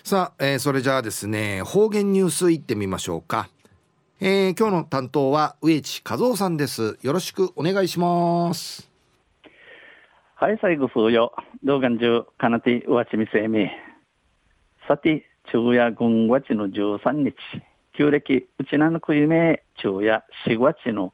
さあ、それじゃあですね、方言ニュースいってみましょうか。今日の担当は植地和夫さんです。よろしくお願いします。 はい、最後数よ。動画中、かなてうわちみせみ。さて、昼夜軍月の13日、旧暦、うちなのくゆめ、昼夜4月の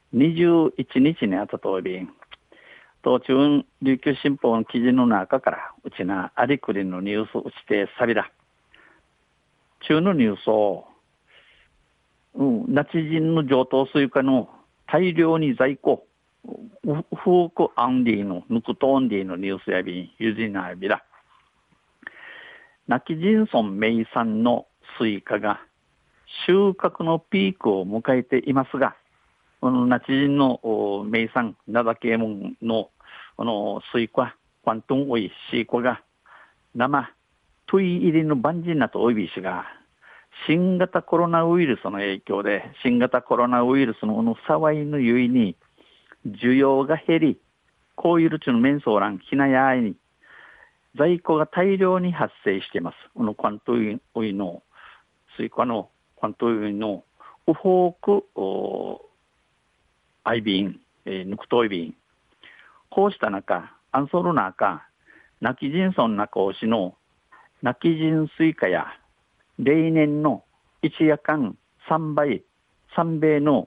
21日にあたとびん。当中、琉球新報の記事の中から、うちなありくりのニュースうちてさびら。中のニュースを、ナチ人の上等水化の大量に在庫、フークアンディのヌクトンディのニュースやびん、ゆじなびら。ナキジンソン名産のスイカが収穫のピークを迎えていますが、このナチジンの名産、ナダケモンのこのスイカ、クワントンオイシーコが生、トイ入りのバンジンナとオイビー氏が、新型コロナウイルスの影響で、新型コロナウイルスの騒いのゆいに、需要が減り、こういうるちの面相欄、ひなやいに、在庫が大量に発生しています。この関東ウイの、スイカの関東ウイの、ウホーク、アイビン、ヌクトイビン。こうした中、アンソルナーカ、ナキジンソンナコウシの、ナキジンスイカや、例年の一夜間3倍、3倍の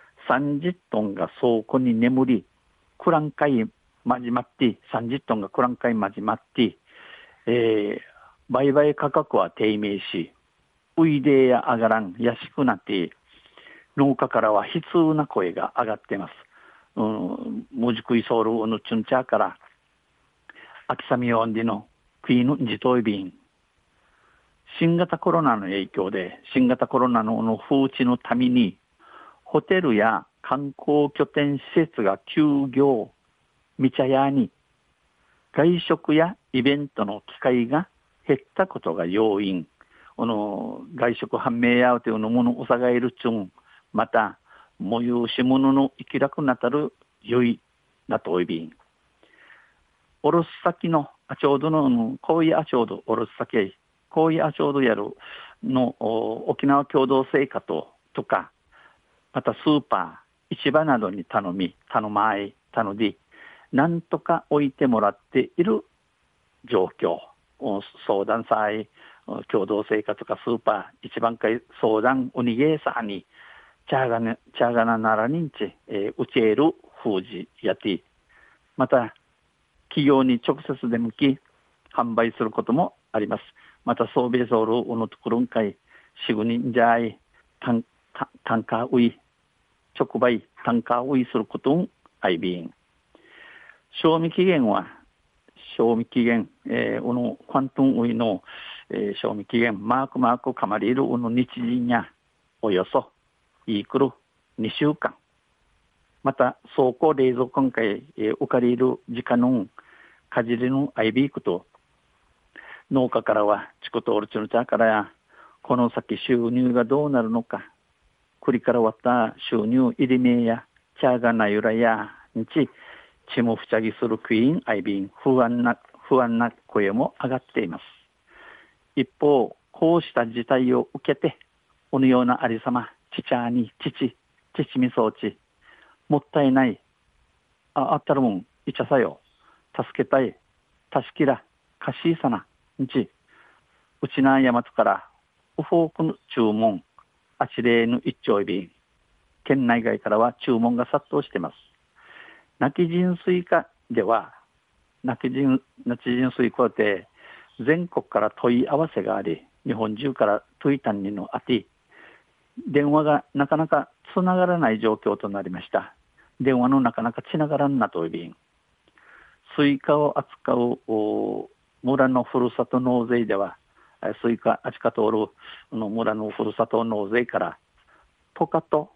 30トンが倉庫に眠り、クランカイ始まって、30トンがクランカイ始まって、売買価格は低迷し、ウイデや上がらん、安くなって、農家からは悲痛な声が上がっています。もじくいソウルのチュンチャーから、秋雨オンディのクイーン自動便、新型コロナの影響で、新型コロナの風知のために、ホテルや観光拠点施設が休業、みちゃやに、外食やイベントの機会が減ったことが要因。外食判明やうというのものおさがいるちゅん、また、もゆうしものの生きらくなたるよいなといびん。おろす先のあちょうどの、こういうあちょうどおろす先、こういうあちょうどやるの沖縄共同生活とか、またスーパー、市場などに頼まい、頼り、なんとか置いてもらっている状況、相談祭、共同生活かスーパー、一番会相談、おにげーさに、チャーガナならにんち、うちえる封じやて、また、企業に直接で向き、販売することもあります。また、ソーベソール、おのところんかい、しぐにんじゃい、単価ウイ、直売、単価ウイすることん、アイビーン。賞味期限は、賞味期限、このクワントンウイの、賞味期限、マークかまりいるの日人や、およそ、いくる2週間。また、倉庫冷蔵庫会、お借りる時間の、かじりのアイビークと、農家からは、チコトールチュルチャーからや、この先収入がどうなるのか、栗から割った収入入り目や、チャーガナユラや、にち、血もふちゃぎするクイーンアイビン、不安な声も上がっています。一方、こうした事態を受けて、このようなありさま、ちちゃに、ちみそうち、もったいない、あったるもん、いちゃさよ、助けたい、たしきら、かしいさな、んち、うちなやまつから、ウフォークの注文、あちれぬ一丁便、県内外からは注文が殺到しています。泣き人水化では、泣き人水化で全国から問い合わせがあり、日本中から問いたんにのあて、電話がなかなかつながらない状況となりました。電話のなかなかつながらんなといびん。スイカを扱う村のふるさと納税では、スイカあちか通る村のふるさと納税から10日と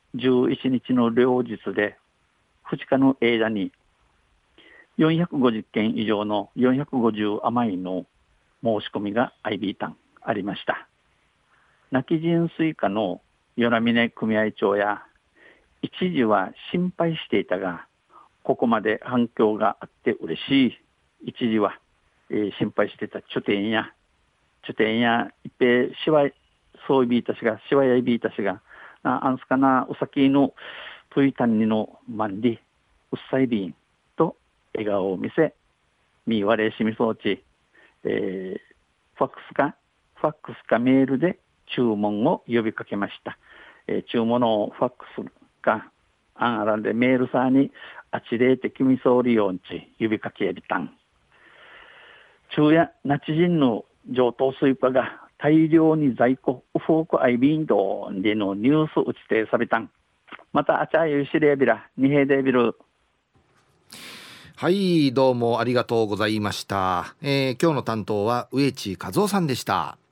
11日の両日で2日の間に450件以上の450余りの申し込みが IB 単ありました。泣き人スイカの与那嶺組合長や一時は心配していたが、ここまで反響があって嬉しい。一時は、心配していた書店やチュテンや一平しわいそういびいたしがしわやいびいたしがあんすかなうさきのプイタンニのマンリうっさいびんと笑顔を見せみわれしみそうち、ファックスかメールで注文を呼びかけました。注文をファックスかアンアランでメールさにあちれいてきみそうりよんち呼びかけやびたん。昼夜ナチ人の上等スイカが大量に在庫ウフォークアイビンドでのニュース打ちてさびたん。またあちゃゆしれびらにへでびる。 はい、どうもありがとうございました。今日の担当は植地和夫さんでした。